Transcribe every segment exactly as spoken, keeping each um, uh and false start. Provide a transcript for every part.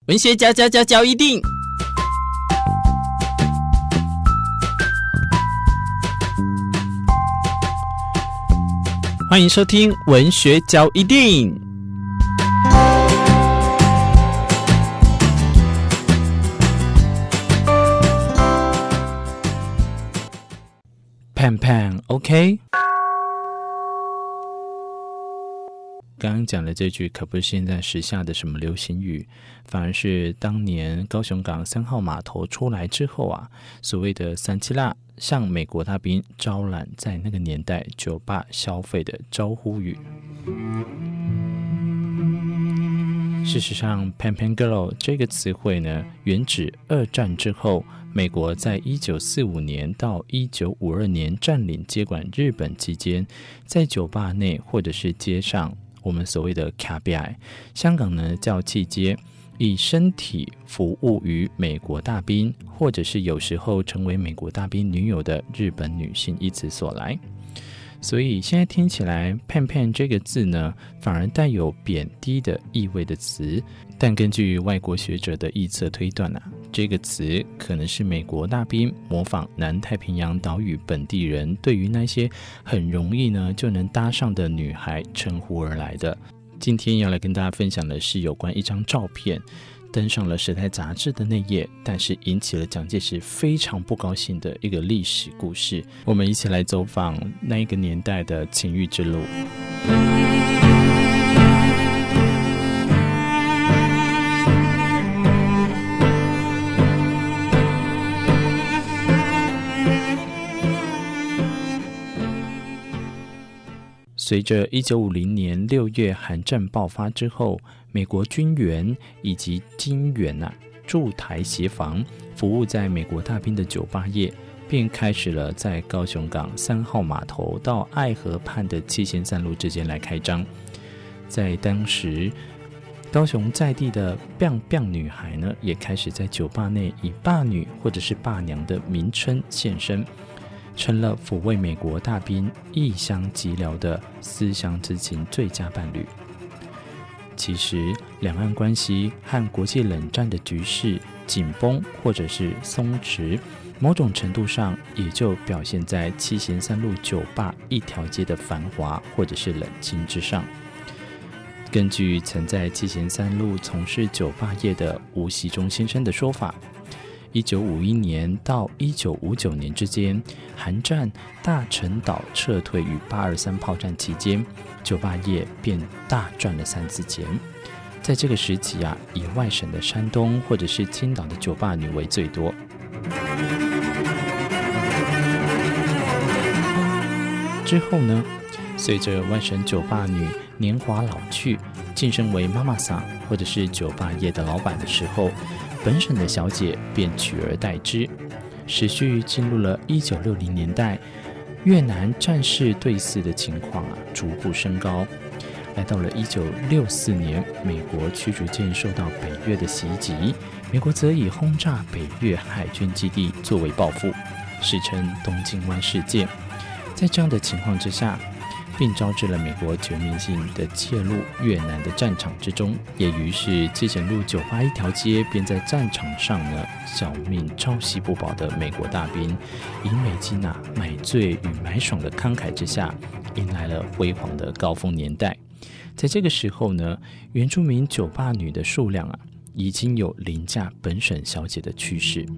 文学交交交交一定，欢迎收听文学交一定。盼盼 OK， 刚刚讲的这句可不是现在时下的什么流行语，反而是当年高雄港三号码头出来之后啊，所谓的三七辣向美国大兵招揽在那个年代酒吧消费的招呼语。事实上 Pan Pan Girl 这个词汇呢，原指二战之后美国在一九四五年到一九五二年占领接管日本期间，在酒吧内或者是街上，我们所谓的 K B I， 香港呢叫契街，以身体服务于美国大兵，或者是有时候成为美国大兵女友的日本女性一词所来。所以现在听起来 Pan Pan 这个字呢，反而带有贬低的意味的词，但根据外国学者的臆测推断啊，这个词可能是美国大兵模仿南太平洋岛屿本地人对于那些很容易呢就能搭上的女孩称呼而来的。今天要来跟大家分享的是有关一张照片登上了《时代》杂志的内页，但是引起了蒋介石非常不高兴的一个历史故事。我们一起来走访那一个年代的情欲之路。随着一九五零年六月韩战爆发之后，美国军援以及金援啊驻台协防，服务在美国大兵的酒吧业便开始了在高雄港三号码头到爱河畔的七贤三路之间来开张。在当时，高雄在地的 biang biang 女孩呢，也开始在酒吧内以霸女或者是霸娘的名称现身，成了抚慰美国大兵异乡寂寥的思乡之情最佳伴侣。其实两岸关系和国际冷战的局势紧绷或者是松弛，某种程度上也就表现在七贤三路酒吧一条街的繁华或者是冷清之上。根据曾在七贤三路从事酒吧业的吴锡中先生的说法，一九五一年到一九五九年之间，韩战大陈岛撤退与八二三炮战期间，酒吧业便大赚了三次钱。在这个时期啊，以外省的山东或者是青岛的酒吧女为最多。之后呢，随着外省酒吧女年华老去，晋升为妈妈桑或者是酒吧业的老板的时候，本省的小姐便取而代之。时序进入了一九六零年代，越南战事对峙的情况啊逐步升高。来到了一九六四年，美国驱逐舰受到北越的袭击，美国则以轰炸北越海军基地作为报复，史称东京湾事件。在这样的情况之下，并招致了美国全面性的介入越南的战场之中，也于是七贤路酒吧一条街便在战场上呢小命朝夕不保的美国大兵，以美金啊买醉与买爽的慷慨之下，迎来了辉煌的高峰年代。在这个时候呢，原住民酒吧女的数量啊已经有凌驾本省小姐的趋势。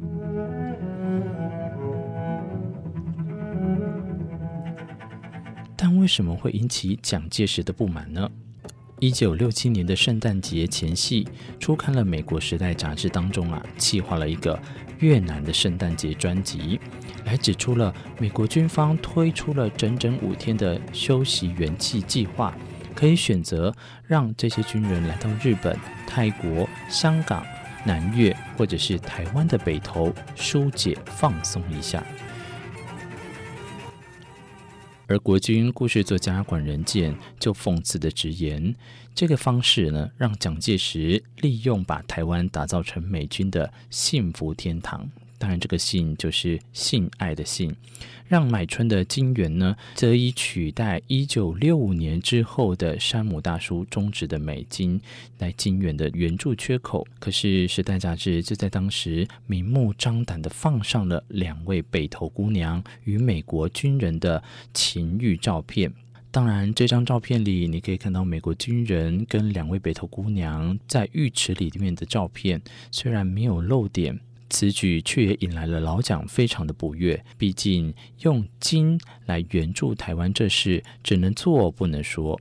但为什么会引起蒋介石的不满呢？一九六七年的圣诞节前夕，初刊了美国《时代》杂志当中啊，企划了一个越南的圣诞节专辑，来指出了美国军方推出了整整五天的休息元气计划，可以选择让这些军人来到日本、泰国、香港、南越或者是台湾的北投疏解放松一下。而国军故事作家管仁健就讽刺的直言，这个方式呢，让蒋介石利用把台湾打造成美军的幸福天堂， 当然这个性就是性爱的性，让买春的金元呢，则以取代一九六五年之后的山姆大叔终止的美金来金元的援助缺口。可是时代杂志就在当时明目张胆地放上了两位北投姑娘与美国军人的情欲照片。当然这张照片里你可以看到美国军人跟两位北投姑娘在浴池里面的照片，虽然没有露点，此举却也引来了老蒋非常的不悦，毕竟用金来援助台湾这事只能做不能说。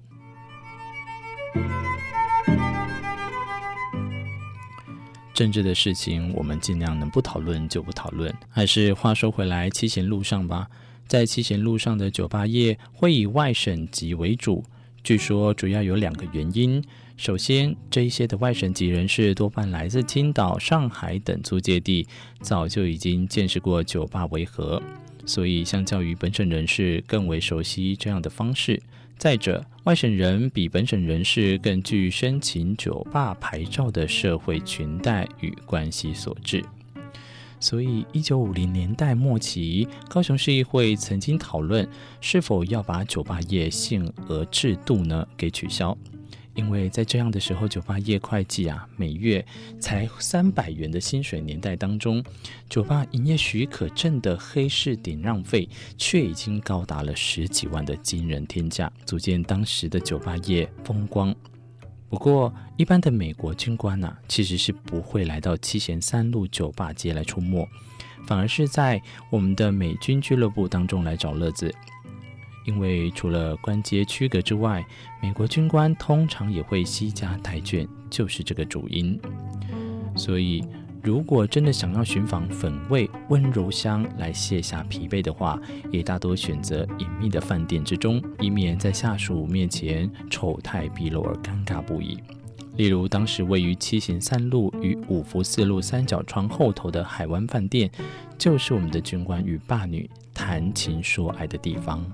政治的事情我们尽量能不讨论就不讨论，还是话说回来，七贤路上吧。在七贤路上的酒吧业会以外省籍为主，据说主要有两个原因。首先，这一些的外省籍人士多半来自青岛、上海等租界地，早就已经见识过酒吧为何，所以相较于本省人士更为熟悉这样的方式。再者，外省人比本省人士更具申请酒吧牌照的社会裙带与关系所致。所以一九五零年代末期，高雄市议会曾经讨论是否要把酒吧业限额制度呢给取消，因为在这样的时候，酒吧业会计啊每月才三百元的薪水年代当中，酒吧营业许可证的黑市顶让费却已经高达了十几万的惊人天价，足见当时的酒吧业风光。不过一般的美国军官啊，其实是不会来到七贤三路酒吧街来出没，反而是在我们的美军俱乐部当中来找乐子。因为除了官阶区隔之外，美国军官通常也会惜家带眷，就是这个主因。所以如果真的想要寻访粉味温柔乡来卸下疲惫的话，也大多选择隐秘的饭店之中，以免在下属面前丑态毕露而尴尬不已。例如当时位于七贤三路与五福四路三角窗后头的海湾饭店，就是我们的军官与霸女谈情说爱的地方。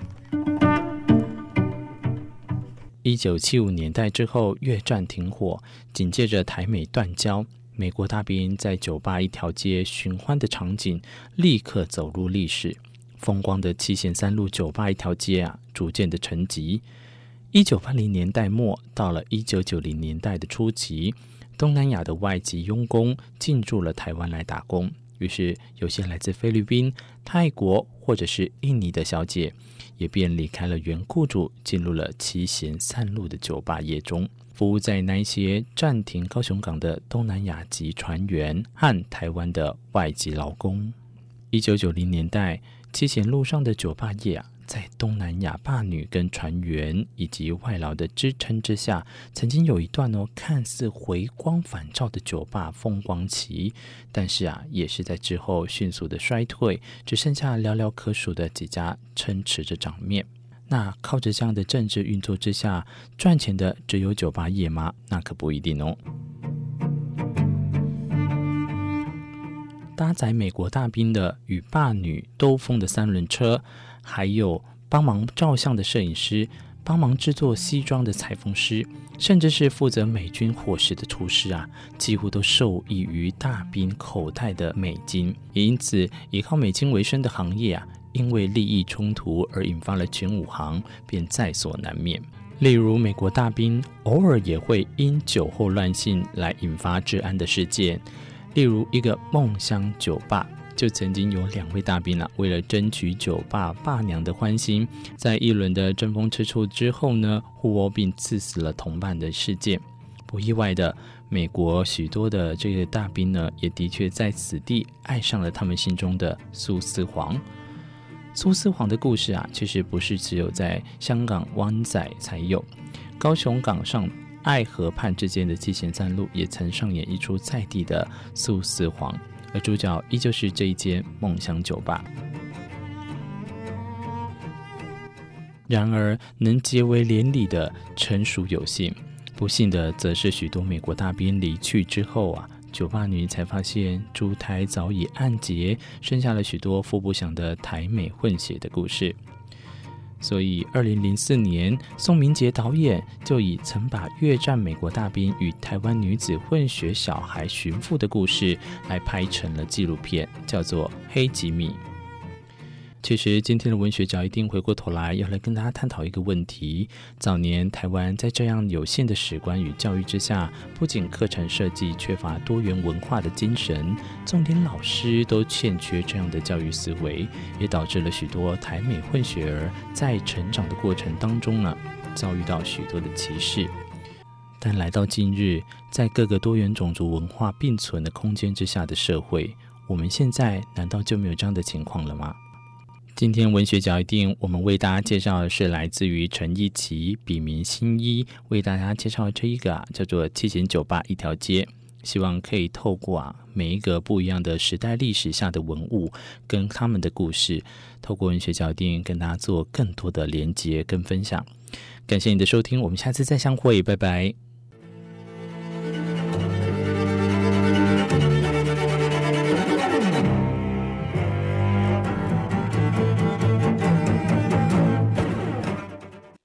一九七五年代之后，越战停火，紧接着台美断交，美国大兵在酒吧一条街寻欢的场景立刻走入历史，风光的七贤三路酒吧一条街啊，逐渐的沉寂。一九八零年代末到了一九九零年代的初期，东南亚的外籍佣工进驻了台湾来打工，于是有些来自菲律宾、泰国或者是印尼的小姐也便离开了原雇主，进入了七贤三路的酒吧业中，服务在那一些暂停高雄港的东南亚籍船员和台湾的外籍劳工。一九九零年代，七贤路上的酒吧业啊，在东南亚霸女跟船员以及外劳的支撑之下，曾经有一段哦看似回光返照的酒吧风光期，但是啊，也是在之后迅速的衰退，只剩下寥寥可数的几家撑持着场面。那靠着这样的政治运作之下，赚钱的只有酒吧业吗？那可不一定哦。搭载美国大兵的与霸女兜风的三轮车，还有帮忙照相的摄影师，帮忙制作西装的裁缝师，甚至是负责美军伙食的厨师啊，几乎都受益于大兵口袋的美金。也因此，以靠美金为生的行业啊，因为利益冲突而引发了全武行，便在所难免。例如，美国大兵偶尔也会因酒后乱性来引发治安的事件。例如，一个梦乡酒吧就曾经有两位大兵啊，为了争取酒吧霸娘的欢心，在一轮的争风吃醋之后呢，互殴并刺死了同伴的事件。不意外的，美国许多的这个大兵呢，也的确在此地爱上了他们心中的苏丝黄。苏丝黄的故事啊，其实不是只有在香港湾仔才有，高雄港上爱河畔之间的七贤三路也曾上演一出在地的苏丝黄，而主角依旧是这一间梦乡酒吧。然而能结为连理的纯属有幸，不幸的则是许多美国大兵离去之后啊，酒吧女才发现烛台早已暗结，生下了许多父不详的台美混血的故事。 所以二零零四年宋明杰导演就以曾把越战美国大兵与台湾女子混血小孩寻父的故事来拍成了纪录片，叫做《黑吉米》。其实今天的文学角一定回过头来要来跟大家探讨一个问题，早年台湾在这样有限的史观与教育之下，不仅课程设计缺乏多元文化的精神，重点老师都欠缺这样的教育思维，也导致了许多台美混血儿在成长的过程当中呢，遭遇到许多的歧视。但来到今日，在各个多元种族文化并存的空间之下的社会，我们现在难道就没有这样的情况了吗？今天文学角一定我们为大家介绍的是来自于陈奕奇笔名新一为大家介绍的这一个啊，叫做七贤酒吧一条街，希望可以透过啊每一个不一样的时代历史下的文物跟他们的故事，透过文学角一定跟大家做更多的连结跟分享。感谢你的收听，我们下次再相会，拜拜。